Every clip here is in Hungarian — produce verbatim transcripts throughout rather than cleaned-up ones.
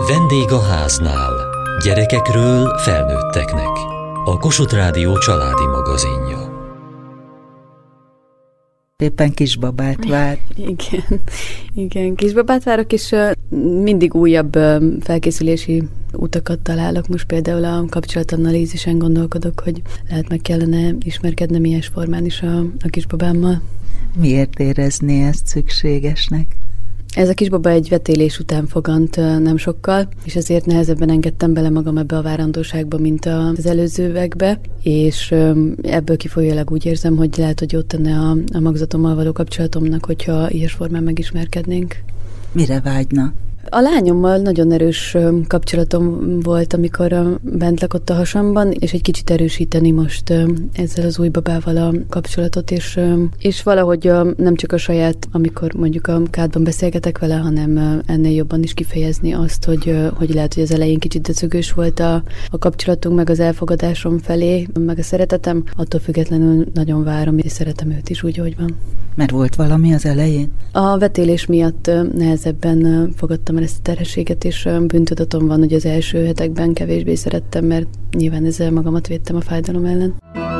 Vendég a háznál. Gyerekekről felnőtteknek. A Kossuth Rádió családi magazinja. Éppen kisbabát vár. Igen, igen, kisbabát várok, és mindig újabb felkészülési utakat találok. Most például a kapcsolatanalízisen gondolkodok, hogy lehet meg kellene ismerkednem ilyes formán is a, a kisbabámmal. Miért érezné ezt szükségesnek? Ez a kisbaba egy vetélés után fogant nem sokkal, és ezért nehezebben engedtem bele magam ebbe a várandóságba, mint az előzőekbe, és ebből kifolyólag úgy érzem, hogy lehet, hogy jót tenne a, a magzatommal való kapcsolatomnak, hogyha ilyes formán megismerkednénk. Mire vágyna? A lányommal nagyon erős kapcsolatom volt, amikor bent lakott a hasamban, és egy kicsit erősíteni most ezzel az új babával a kapcsolatot, és, és valahogy nem csak a saját, amikor mondjuk a kádban beszélgetek vele, hanem ennél jobban is kifejezni azt, hogy, hogy lehet, hogy az elején kicsit döcögős volt a, a kapcsolatunk, meg az elfogadásom felé, meg a szeretetem, attól függetlenül nagyon várom, és szeretem őt is úgy, hogy van. Mert volt valami az elején? A vetélés miatt nehezebben fogadtam el ezt a terhességet, és bűntudatom van, hogy az első hetekben kevésbé szerettem, mert nyilván ezzel magamat védtem a fájdalom ellen.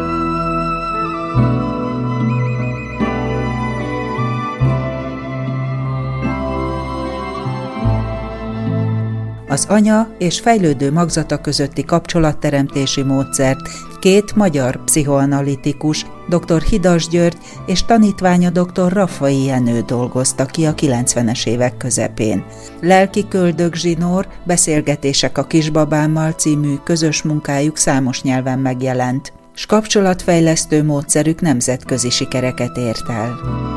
Az anya és fejlődő magzata közötti kapcsolatteremtési módszert két magyar pszichoanalitikus, dr. Hidas György és tanítványa dr. Raffai Jenő dolgozta ki a kilencvenes évek közepén. Lelki köldögzsinór, Beszélgetések a kisbabámmal című közös munkájuk számos nyelven megjelent, s kapcsolatfejlesztő módszerük nemzetközi sikereket ért el.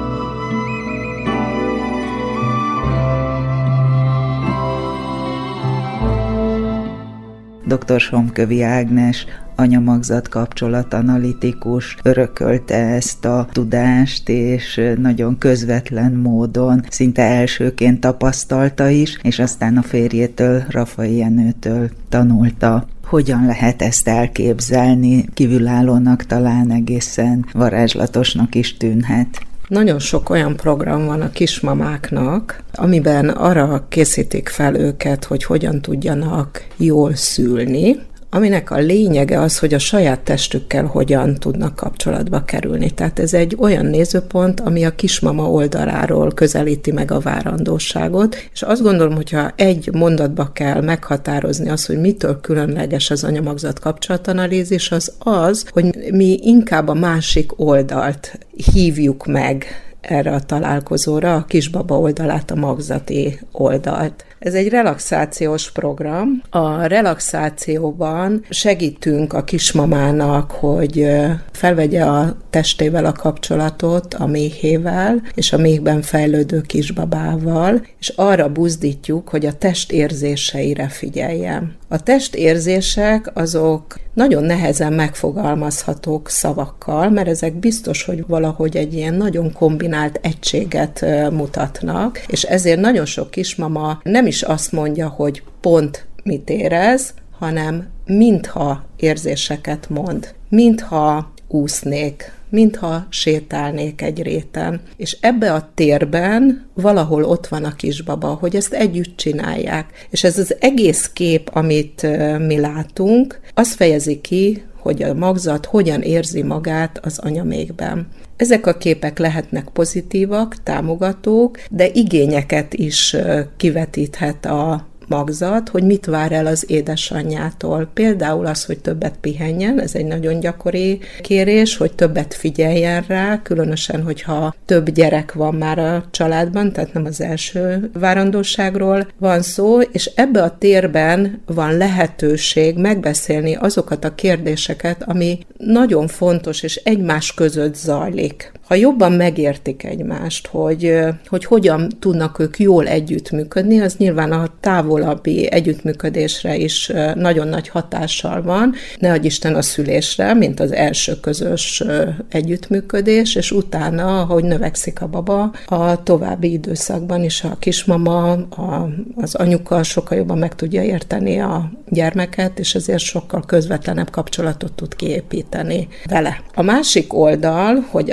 dr. Somkövi Ágnes, anya-magzat kapcsolatanalitikus örökölte ezt a tudást, és nagyon közvetlen módon, szinte elsőként tapasztalta is, és aztán a férjétől, Raffai Jenőtől tanulta. Hogyan lehet ezt elképzelni? Kívülállónak talán egészen varázslatosnak is tűnhet. Nagyon sok olyan program van a kismamáknak, amiben arra készítik fel őket, hogy hogyan tudjanak jól szülni, aminek a lényege az, hogy a saját testükkel hogyan tudnak kapcsolatba kerülni. Tehát ez egy olyan nézőpont, ami a kismama oldaláról közelíti meg a várandóságot, és azt gondolom, hogyha egy mondatba kell meghatározni azt, hogy mitől különleges az anya-magzat kapcsolatanalízis, az az, hogy mi inkább a másik oldalt hívjuk meg erre a találkozóra, a kisbaba oldalát, a magzati oldalt. Ez egy relaxációs program. A relaxációban segítünk a kismamának, hogy felvegye a testével a kapcsolatot, a méhével, és a méhben fejlődő kisbabával, és arra buzdítjuk, hogy a test érzéseire figyeljen. A testérzések azok nagyon nehezen megfogalmazhatók szavakkal, mert ezek biztos, hogy valahogy egy ilyen nagyon kombinált egységet mutatnak, és ezért nagyon sok kismama nem is azt mondja, hogy pont mit érez, hanem mintha érzéseket mond, mintha úsznék, mintha sétálnék egy réten. És ebbe a térben valahol ott van a kisbaba, hogy ezt együtt csinálják. És ez az egész kép, amit mi látunk, azt fejezi ki, hogy a magzat hogyan érzi magát az anyamékben. Ezek a képek lehetnek pozitívak, támogatók, de igényeket is kivetíthet a magzat, hogy mit vár el az édesanyjától. Például az, hogy többet pihenjen, ez egy nagyon gyakori kérés, hogy többet figyeljen rá, különösen, hogyha több gyerek van már a családban, tehát nem az első várandóságról van szó, és ebbe a térben van lehetőség megbeszélni azokat a kérdéseket, ami nagyon fontos és egymás között zajlik. Ha jobban megértik egymást, hogy, hogy hogyan tudnak ők jól együttműködni, az nyilván a távolabbi együttműködésre is nagyon nagy hatással van, ne adj Isten a szülésre, mint az első közös együttműködés, és utána, ahogy növekszik a baba, a további időszakban is a kismama, a, az anyuka sokkal jobban meg tudja érteni a gyermeket, és ezért sokkal közvetlenebb kapcsolatot tud kiépíteni vele. A másik oldal, hogy azért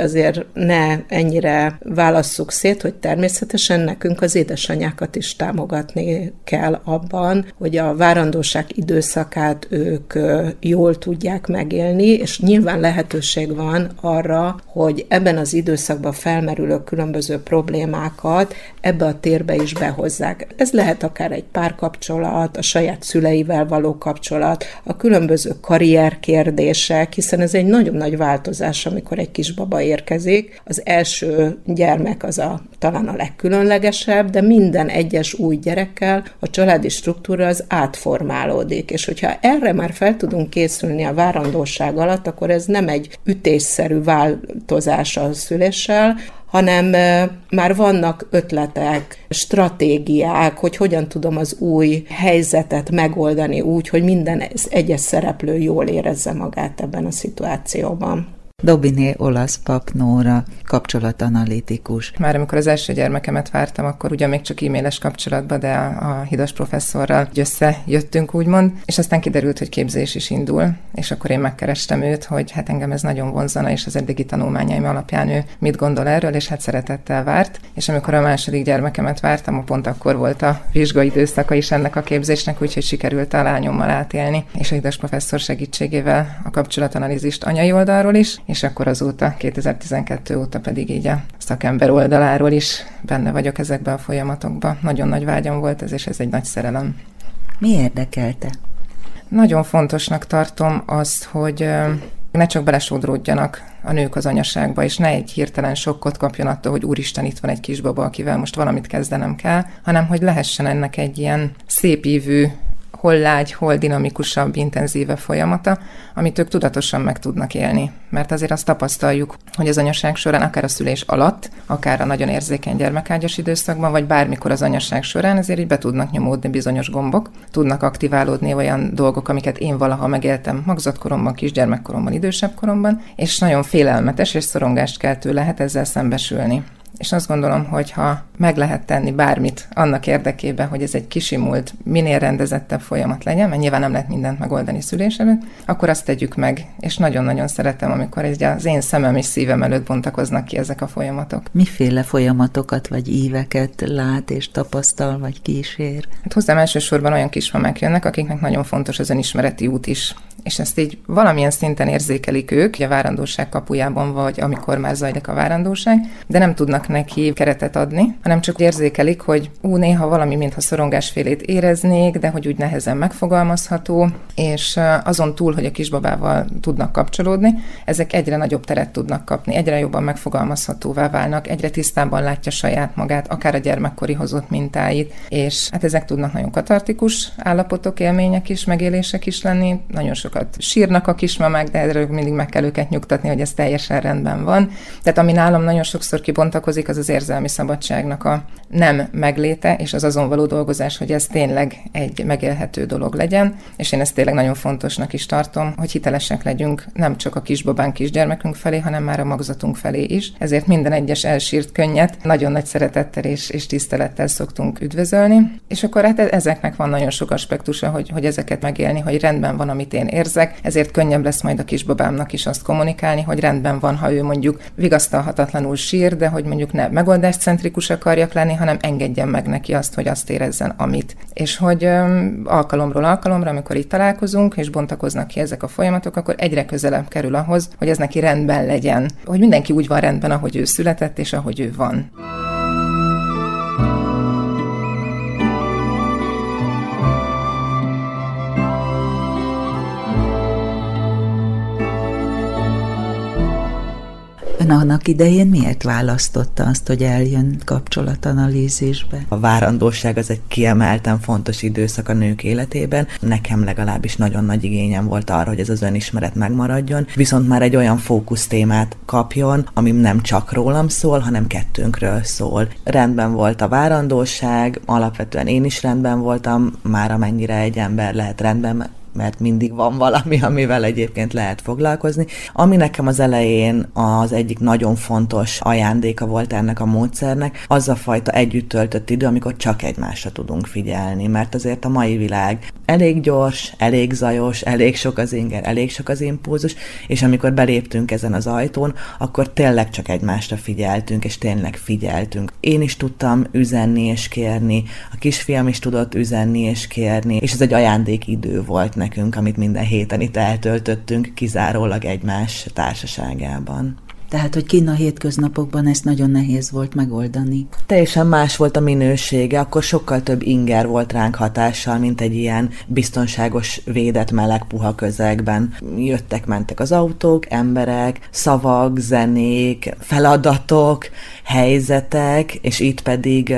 ne ennyire válasszuk szét, hogy természetesen nekünk az édesanyákat is támogatni kell abban, hogy a várandóság időszakát ők jól tudják megélni, és nyilván lehetőség van arra, hogy ebben az időszakban felmerülő különböző problémákat ebbe a térbe is behozzák. Ez lehet akár egy párkapcsolat, a saját szüleivel való kapcsolat, a különböző karrierkérdések, hiszen ez egy nagyon nagy változás, amikor egy kisbaba érkezik. Az első gyermek az a, talán a legkülönlegesebb, de minden egyes új gyerekkel a családi struktúra az átformálódik, és hogyha erre már fel tudunk készülni a várandóság alatt, akkor ez nem egy ütésszerű változás a szüléssel, hanem már vannak ötletek, stratégiák, hogy hogyan tudom az új helyzetet megoldani úgy, hogy minden egyes szereplő jól érezze magát ebben a szituációban. Dobiné olasz pap Nóra, kapcsolatanalitikus. Már amikor az első gyermekemet vártam, akkor ugyan még csak e-mailes kapcsolatban, de a, a Hidas professzorral összejöttünk, úgymond, és aztán kiderült, hogy képzés is indul, és akkor én megkerestem őt, hogy hát engem ez nagyon vonzana, és az eddigi tanulmányaim alapján ő mit gondol erről, és hát szeretettel várt. És amikor a második gyermekemet vártam, pont akkor volt a vizsgai időszaka is ennek a képzésnek, úgyhogy sikerült a lányommal átélni, és a Hidas professzor segítségével a kapcsolatanalízist anyai oldalról is, és akkor azóta, kétezer-tizenkettő óta pedig így a szakember oldaláról is benne vagyok ezekben a folyamatokban. Nagyon nagy vágyam volt ez, és ez egy nagy szerelem. Mi érdekelte? Nagyon fontosnak tartom azt, hogy ne csak belesodródjanak a nők az anyaságba, és ne egy hirtelen sokkot kapjon attól, hogy úristen, itt van egy kisbaba, akivel most valamit kezdenem kell, hanem hogy lehessen ennek egy ilyen szépívű, hol lágy, hol dinamikusabb, intenzívebb folyamata, amit ők tudatosan meg tudnak élni. Mert azért azt tapasztaljuk, hogy az anyaság során, akár a szülés alatt, akár a nagyon érzékeny gyermekágyas időszakban, vagy bármikor az anyaság során azért így be tudnak nyomódni bizonyos gombok, tudnak aktiválódni olyan dolgok, amiket én valaha megéltem magzatkoromban, kisgyermekkoromban, idősebb koromban, és nagyon félelmetes és szorongást keltő lehet ezzel szembesülni. És azt gondolom, hogy ha meg lehet tenni bármit annak érdekében, hogy ez egy kisimult, minél rendezettebb folyamat legyen, mert nyilván nem lehet mindent megoldani szülés előtt, akkor azt tegyük meg. És nagyon-nagyon szeretem, amikor az én szemem és szívem előtt bontakoznak ki ezek a folyamatok. Miféle folyamatokat vagy íveket lát és tapasztal, vagy kísér? Hát hozzám elsősorban olyan kismamák jönnek, akiknek nagyon fontos az önismereti út is. És ezt így valamilyen szinten érzékelik ők, a várandóság kapujában, vagy amikor már zajlik a várandóság, de nem tudnak neki keretet adni, hanem csak érzékelik, hogy ú, néha valami, mintha szorongásfélét éreznék, de hogy úgy nehezen megfogalmazható, és azon túl, hogy a kisbabával tudnak kapcsolódni, ezek egyre nagyobb teret tudnak kapni, egyre jobban megfogalmazhatóvá válnak, egyre tisztában látja saját magát, akár a gyermekkori hozott mintáit, és hát ezek tudnak nagyon katartikus állapotok, élmények is, megélések is lenni, nagyon sokat sírnak a kismamák, de erről mindig meg kell őket nyugtatni, hogy ez teljesen rendben van. Tehát ami nálam nagyon sokszor kibontakozik, az az érzelmi szabadságnak a nem megléte, és az azon való dolgozás, hogy ez tényleg egy megélhető dolog legyen, és én ezt tényleg nagyon fontosnak is tartom, hogy hitelesek legyünk nem csak a kisbabánk, kisgyermekünk felé, hanem már a magzatunk felé is. Ezért minden egyes elsírt könnyet nagyon nagy szeretettel és, és tisztelettel szoktunk üdvözölni, és akkor hát ezeknek van nagyon sok aspektusa, hogy, hogy ezeket megélni, hogy rendben van, amit én érzek, ezért könnyebb lesz majd a kisbabámnak is azt kommunikálni, hogy rendben van, ha ő mondjuk vigasztalhatatlanul sír, de hogy mondjuk ne megoldáscentrikus akarjak lenni, hanem engedjen meg neki azt, hogy azt érezzen, amit. És hogy öm, alkalomról alkalomra, amikor itt találkozunk, és bontakoznak ki ezek a folyamatok, akkor egyre közelebb kerül ahhoz, hogy ez neki rendben legyen. Hogy mindenki úgy van rendben, ahogy ő született, és ahogy ő van. Ön annak idején miért választotta azt, hogy eljön kapcsolatanalízisbe? A várandóság az egy kiemelten fontos időszak a nők életében. Nekem legalábbis nagyon nagy igényem volt arra, hogy ez az önismeret megmaradjon, viszont már egy olyan fókusztémát kapjon, ami nem csak rólam szól, hanem kettőnkről szól. Rendben volt a várandóság, alapvetően én is rendben voltam, már amennyire egy ember lehet rendben mert mindig van valami, amivel egyébként lehet foglalkozni. Ami nekem az elején az egyik nagyon fontos ajándéka volt ennek a módszernek, az a fajta együtt töltött idő, amikor csak egymásra tudunk figyelni, mert azért a mai világ elég gyors, elég zajos, elég sok az inger, elég sok az impulzus, és amikor beléptünk ezen az ajtón, akkor tényleg csak egymásra figyeltünk, és tényleg figyeltünk. Én is tudtam üzenni és kérni, a kisfiam is tudott üzenni és kérni, és ez egy ajándékidő volt nekünk, amit minden héten itt eltöltöttünk, kizárólag egymás társaságában. Tehát, hogy kinn a hétköznapokban ezt nagyon nehéz volt megoldani. Teljesen más volt a minősége, akkor sokkal több inger volt ránk hatással, mint egy ilyen biztonságos, védett, meleg, puha közegben. Jöttek-mentek az autók, emberek, szavak, zenék, feladatok, helyzetek, és itt pedig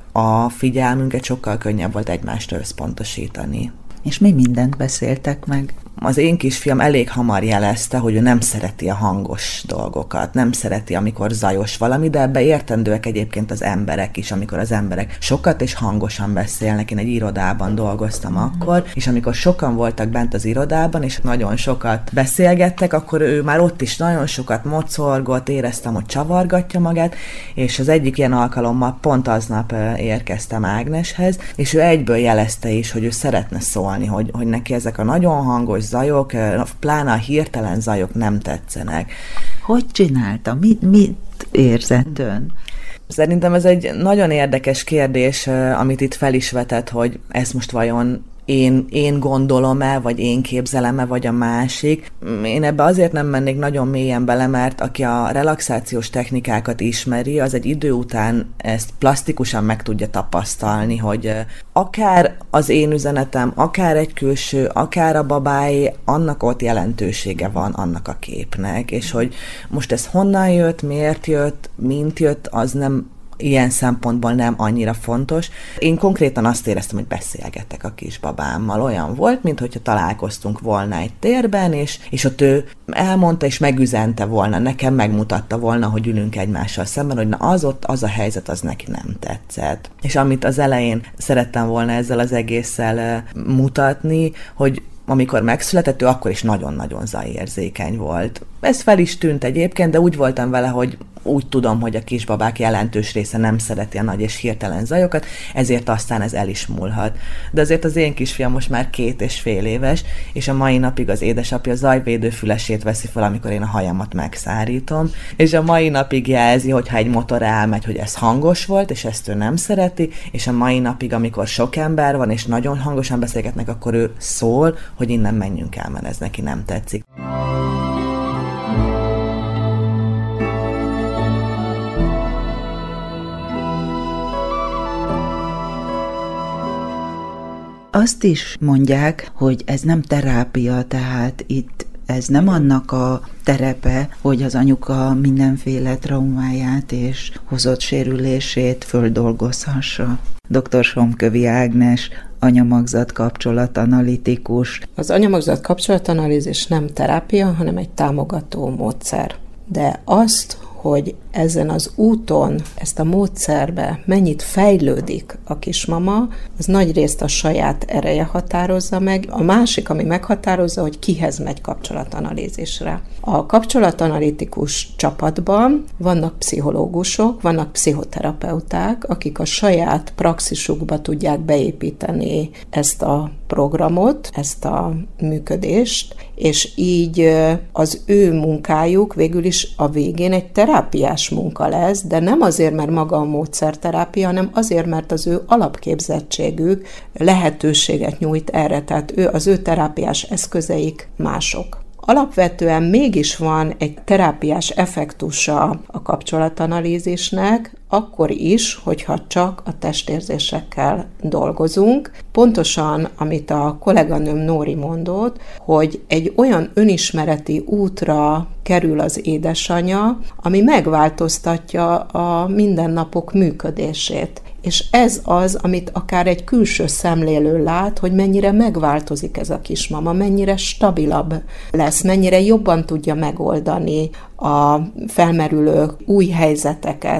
a figyelmünket sokkal könnyebb volt egymásra összpontosítani. És mi mindent beszéltek meg? Az én kisfiam elég hamar jelezte, hogy ő nem szereti a hangos dolgokat, nem szereti, amikor zajos valami, de ebbe értendőek egyébként az emberek is, amikor az emberek sokat és hangosan beszélnek. Én egy irodában dolgoztam akkor, és amikor sokan voltak bent az irodában, és nagyon sokat beszélgettek, akkor ő már ott is nagyon sokat mocorgott, éreztem, hogy csavargatja magát, és az egyik ilyen alkalommal pont aznap érkeztem Ágneshez, és ő egyből jelezte is, hogy ő szeretne szólni, hogy, hogy neki ezek a nagyon hangos zajok, pláne a hirtelen zajok nem tetszenek. Hogy csinálta? Mit, mit érzett ön? Szerintem ez egy nagyon érdekes kérdés, amit itt fel is vetett, hogy ezt most vajon én, én gondolom-e, vagy én képzelem-e, vagy a másik. Én ebbe azért nem mennék nagyon mélyen bele, mert aki a relaxációs technikákat ismeri, az egy idő után ezt plastikusan meg tudja tapasztalni, hogy akár az én üzenetem, akár egy külső, akár a babáé, annak ott jelentősége van annak a képnek, és hogy most ez honnan jött, miért jött, mint jött, az nem ilyen szempontból nem annyira fontos. Én konkrétan azt éreztem, hogy beszélgetek a kisbabámmal. Olyan volt, mintha találkoztunk volna egy térben, és, és ott ő elmondta és megüzente volna, nekem megmutatta volna, hogy ülünk egymással szemben, hogy na az ott, az a helyzet, az neki nem tetszett. És amit az elején szerettem volna ezzel az egésszel mutatni, hogy amikor megszületett, ő akkor is nagyon-nagyon zajérzékeny volt. Ez fel is tűnt egyébként, de úgy voltam vele, hogy úgy tudom, hogy a kisbabák jelentős része nem szereti a nagy és hirtelen zajokat, ezért aztán ez el is múlhat. De azért az én kisfiam most már két és fél éves, és a mai napig az édesapja zajvédő fülesét veszi fel, amikor én a hajamat megszárítom, és a mai napig jelzi, hogyha egy motor elmegy, hogy ez hangos volt, és ezt ő nem szereti, és a mai napig, amikor sok ember van, és nagyon hangosan beszélgetnek, akkor ő szól, hogy innen menjünk el, mert ez neki nem tetszik. Azt is mondják, hogy ez nem terápia, tehát itt ez nem annak a terepe, hogy az anyuka mindenféle traumáját és hozott sérülését földolgozhassa. doktor Somkövi Ágnes, anyamagzat kapcsolatanalitikus. Az anyamagzat kapcsolatanalízis nem terápia, hanem egy támogató módszer. De azt, hogy ezen az úton, ezt a módszerbe mennyit fejlődik a kismama, az nagyrészt a saját ereje határozza meg. A másik, ami meghatározza, hogy kihez megy kapcsolatanalízisre. A kapcsolatanalitikus csapatban vannak pszichológusok, vannak pszichoterapeuták, akik a saját praxisukba tudják beépíteni ezt a programot, ezt a működést, és így az ő munkájuk végül is a végén egy terápiás munka lesz, de nem azért, mert maga a módszerterápia, hanem azért, mert az ő alapképzettségük lehetőséget nyújt erre, tehát ő, az ő terápiás eszközeik mások. Alapvetően mégis van egy terápiás effektusa a kapcsolatanalízisnek, akkor is, hogyha csak a testérzésekkel dolgozunk. Pontosan, amit a kolléganőm Nóri mondott, hogy egy olyan önismereti útra kerül az édesanyja, ami megváltoztatja a mindennapok működését. És ez az, amit akár egy külső szemlélő lát, hogy mennyire megváltozik ez a kismama, mennyire stabilabb lesz, mennyire jobban tudja megoldani a felmerülő új helyzeteket.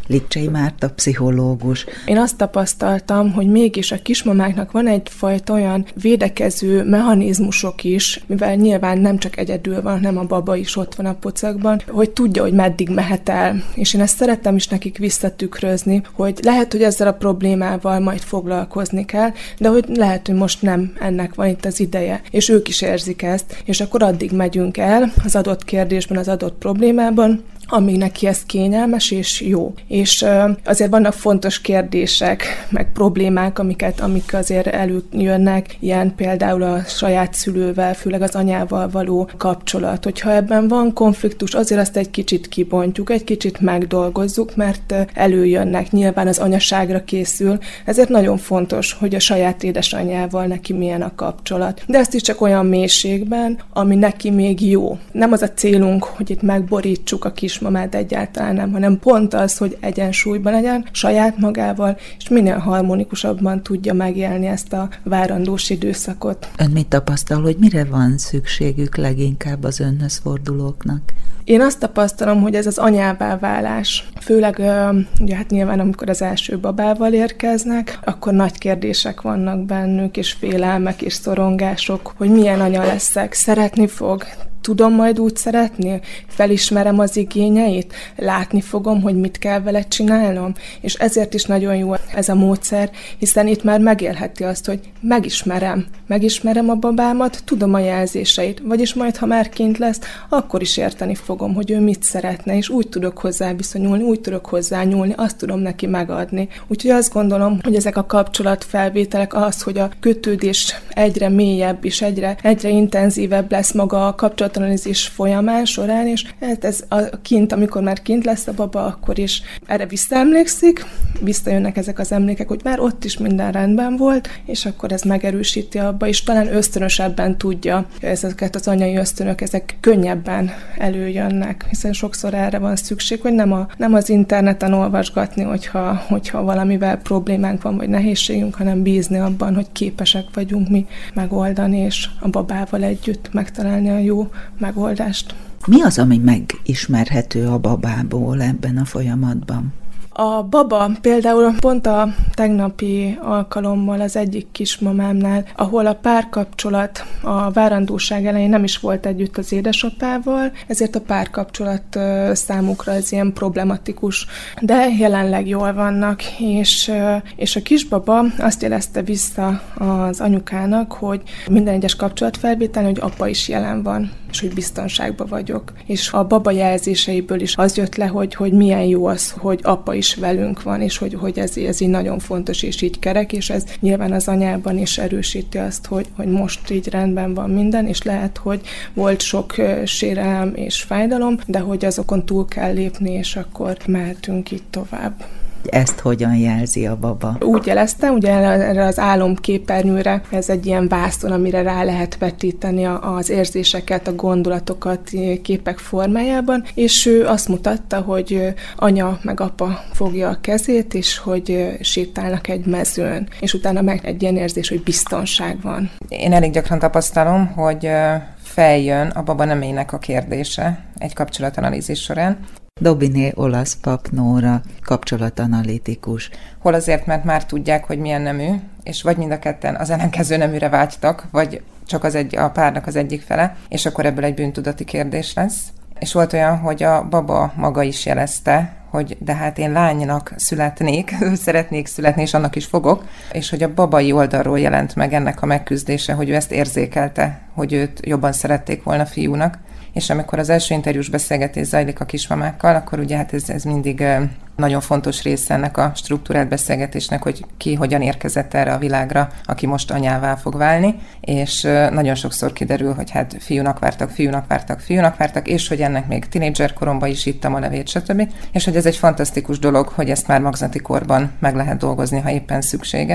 Lipcsei Márta pszichológus. Én azt tapasztaltam, hogy mégis a kismamáknak van egyfajta olyan védekező mechanizmusok is, mivel nyilván nem csak egyedül van, nem a baba is ott van a pocakban, hogy tudja, hogy meddig mehet el. És én ezt szerettem is nekik visszatükrözni, hogy lehet, hogy ezzel a problémával majd foglalkozni kell, de hogy lehet, hogy most nem ennek van itt az ideje. És ők is érzik ezt, és akkor addig megyünk el az adott kérdésben, az adott problémában, amíg neki ez kényelmes és jó. És azért vannak fontos kérdések, meg problémák, amiket, amik azért előjönnek, ilyen például a saját szülővel, főleg az anyával való kapcsolat. Hogyha ebben van konfliktus, azért azt egy kicsit kibontjuk, egy kicsit megdolgozzuk, mert előjönnek, nyilván az anyaságra készül, ezért nagyon fontos, hogy a saját édesanyjával neki milyen a kapcsolat. De ezt is csak olyan mélységben, ami neki még jó. Nem az a célunk, hogy itt megborítsuk a kismamát, egyáltalán nem, hanem pont az, hogy egyensúlyban legyen saját magával, és minél harmonikusabban tudja megélni ezt a várandós időszakot. Ön mit tapasztal, hogy mire van szükségük leginkább az önhöz fordulóknak? Én azt tapasztalom, hogy ez az anyává válás, főleg ugye hát nyilván amikor az első babával érkeznek, akkor nagy kérdések vannak bennük, és félelmek és szorongások, hogy milyen anya leszek, szeretni fog, tudom majd úgy szeretni, felismerem az igényeit, látni fogom, hogy mit kell vele csinálnom, és ezért is nagyon jó ez a módszer, hiszen itt már megélheti azt, hogy megismerem, megismerem a babámat, tudom a jelzéseit, vagyis majd, ha már kint lesz, akkor is érteni fogom, hogy ő mit szeretne, és úgy tudok hozzá viszonyulni, úgy tudok hozzá nyúlni, azt tudom neki megadni. Úgyhogy azt gondolom, hogy ezek a kapcsolatfelvételek, az, hogy a kötődés egyre mélyebb és egyre, egyre intenzívebb lesz maga a kapcsolatanalízis folyamán, során, és hát ez a kint, amikor már kint lesz a baba, akkor is erre visszaemlékszik, visszajönnek ezek az emlékek, hogy már ott is minden rendben volt, és akkor ez megerősíti abba, és talán ösztönösebben tudja, ezeket az anyai ösztönök, ezek könnyebben előjönnek, hiszen sokszor erre van szükség, hogy nem, a, nem az interneten olvasgatni, hogyha, hogyha valamivel problémánk van, vagy nehézségünk, hanem bízni abban, hogy képesek vagyunk mi megoldani, és a babával együtt megtalálni a jó megoldást. Mi az, ami megismerhető a babából ebben a folyamatban? A baba például pont a tegnapi alkalommal az egyik kismamámnál, ahol a párkapcsolat a várandóság elején nem is volt együtt az édesapával, ezért a párkapcsolat számukra ez ilyen problematikus, de jelenleg jól vannak, és, és a kisbaba azt jelezte vissza az anyukának, hogy minden egyes kapcsolatfelvételen, hogy apa is jelen van, és hogy biztonságban vagyok. És a baba jelzéseiből is az jött le, hogy, hogy milyen jó az, hogy apa is velünk van, és hogy, hogy ez, ez így nagyon fontos, és így kerek, és ez nyilván az anyában is erősíti azt, hogy, hogy most így rendben van minden, és lehet, hogy volt sok sérelem és fájdalom, de hogy azokon túl kell lépni, és akkor mehetünk így tovább. Ezt hogyan jelzi a baba? Úgy jelezte, ugye erre az álomképernyőre, ez egy ilyen vászon, amire rá lehet vetíteni az érzéseket, a gondolatokat képek formájában, és ő azt mutatta, hogy anya meg apa fogja a kezét, és hogy sétálnak egy mezőn, és utána meg egy ilyen érzés, hogy biztonság van. Én elég gyakran tapasztalom, hogy feljön a baba nemének a kérdése egy kapcsolatanalízis során. Dobiné olasz pap Nóra, kapcsolatanalitikus. Hol azért, mert már tudják, hogy milyen nemű, és vagy mind a ketten az ellenkező neműre vágytak, vagy csak az egy, a párnak az egyik fele, és akkor ebből egy bűntudati kérdés lesz. És volt olyan, hogy a baba maga is jelezte, hogy de hát én lánynak születnék, szeretnék születni, és annak is fogok, és hogy a babai oldalról jelent meg ennek a megküzdése, hogy ő ezt érzékelte, hogy őt jobban szerették volna fiúnak. És amikor az első interjús beszélgetés zajlik a kismamákkal, akkor ugye hát ez, ez mindig nagyon fontos része ennek a struktúrált beszélgetésnek, hogy ki hogyan érkezett erre a világra, aki most anyává fog válni, és nagyon sokszor kiderül, hogy hát fiúnak vártak, fiúnak vártak, fiúnak vártak, és hogy ennek még tinédzser koromban is ittam a levét, stb. És hogy ez egy fantasztikus dolog, hogy ezt már magzati korban meg lehet dolgozni, ha éppen szükséges.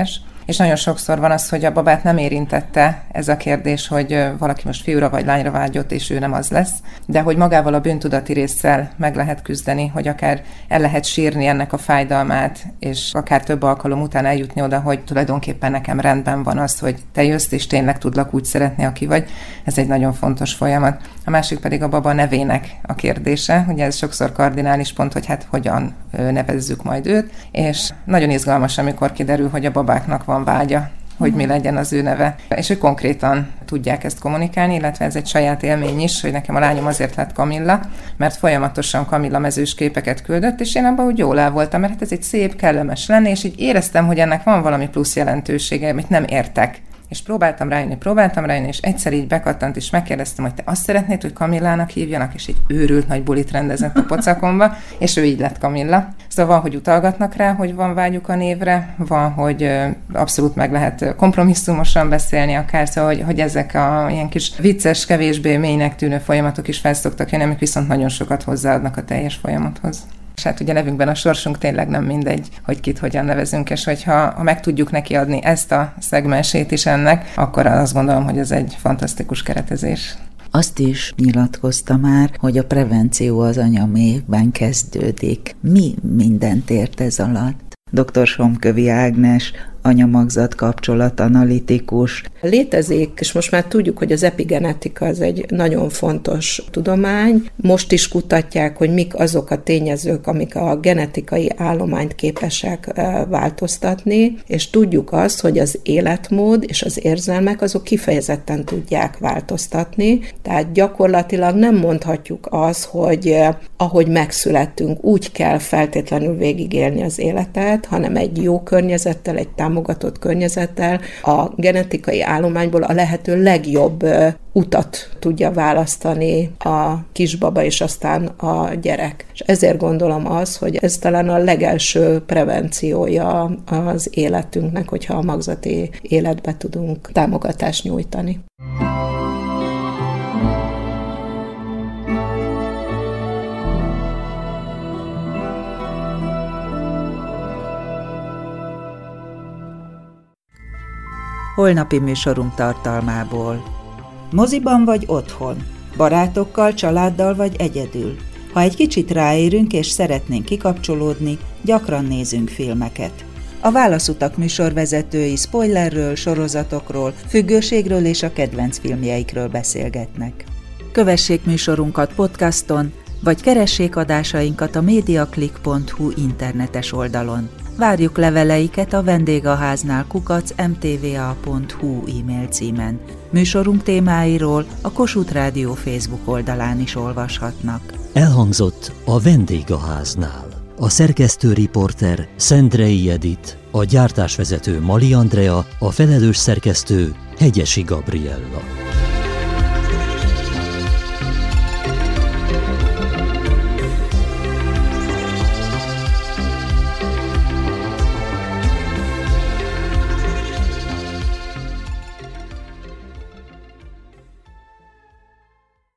és nagyon sokszor van az, hogy a babát nem érintette ez a kérdés, hogy valaki most fiúra vagy lányra vágyott, és ő nem az lesz, de hogy magával a bűntudati résszel meg lehet küzdeni, hogy akár el lehet sírni ennek a fájdalmát, és akár több alkalom után eljutni oda, hogy tulajdonképpen nekem rendben van az, hogy te jössz, és tényleg tudlak úgy szeretni, aki vagy. Ez egy nagyon fontos folyamat. A másik pedig a baba nevének a kérdése, ugye ez sokszor kardinális pont, hogy hát hogyan nevezzük majd őt, és nagyon izgalmas, amikor kiderül, hogy a babáknak van vágya, hogy mi legyen az ő neve. És hogy konkrétan tudják ezt kommunikálni, illetve ez egy saját élmény is, hogy nekem a lányom azért lett Kamilla, mert folyamatosan Kamilla mezős képeket küldött, és én abban úgy jól el voltam, mert hát ez egy szép, kellemes lenne, és így éreztem, hogy ennek van valami plusz jelentősége, amit nem értek. És próbáltam rájönni, próbáltam rájönni, és egyszer így bekattant, és megkérdeztem, hogy te azt szeretnéd, hogy Kamillának hívjanak, és egy őrült nagy bulit rendezett a pocakomba, és ő így lett Kamilla. Szóval van, hogy utalgatnak rá, hogy van vágyuk a névre, van, hogy abszolút meg lehet kompromisszumosan beszélni akár, szóval, hogy, hogy ezek a ilyen kis vicces, kevésbé mélynek tűnő folyamatok is fel szoktak jönni, amik viszont nagyon sokat hozzáadnak a teljes folyamathoz. És hát ugye nevünkben a sorsunk tényleg nem mindegy, hogy kit hogyan nevezünk, és hogyha ha meg tudjuk neki adni ezt a szegmensét is ennek, akkor azt gondolom, hogy ez egy fantasztikus keretezés. Azt is nyilatkozta már, hogy a prevenció az anyaméhben kezdődik. Mi mindent ért ez alatt? doktor Somkövi Ágnes, anya-magzat kapcsolat analitikus. Létezik, és most már tudjuk, hogy az epigenetika az egy nagyon fontos tudomány. Most is kutatják, hogy mik azok a tényezők, amik a genetikai állományt képesek változtatni, és tudjuk azt, hogy az életmód és az érzelmek azok kifejezetten tudják változtatni. Tehát gyakorlatilag nem mondhatjuk azt, hogy ahogy megszülettünk, úgy kell feltétlenül végigélni az életet, hanem egy jó környezettel, egy támogatott környezettel a genetikai állományból a lehető legjobb utat tudja választani a kisbaba és aztán a gyerek. És ezért gondolom az, hogy ez talán a legelső prevenciója az életünknek, hogyha a magzati életbe tudunk támogatást nyújtani. Holnapi műsorunk tartalmából. Moziban vagy otthon? Barátokkal, családdal vagy egyedül? Ha egy kicsit ráérünk és szeretnénk kikapcsolódni, gyakran nézünk filmeket. A Válaszutak műsorvezetői spoilerről, sorozatokról, függőségről és a kedvenc filmjeikről beszélgetnek. Kövessék műsorunkat podcaston, vagy keressék adásainkat a mediaclick pont hu internetes oldalon. Várjuk leveleiket a vendégháznál kukac em té vé á pont hu e-mail címen. Műsorunk témáiról a Kossuth Rádió Facebook oldalán is olvashatnak. Elhangzott a vendégháznál. A szerkesztő riporter Szendrei Edit, a gyártásvezető Mali Andrea, a felelős szerkesztő Hegyesi Gabriella.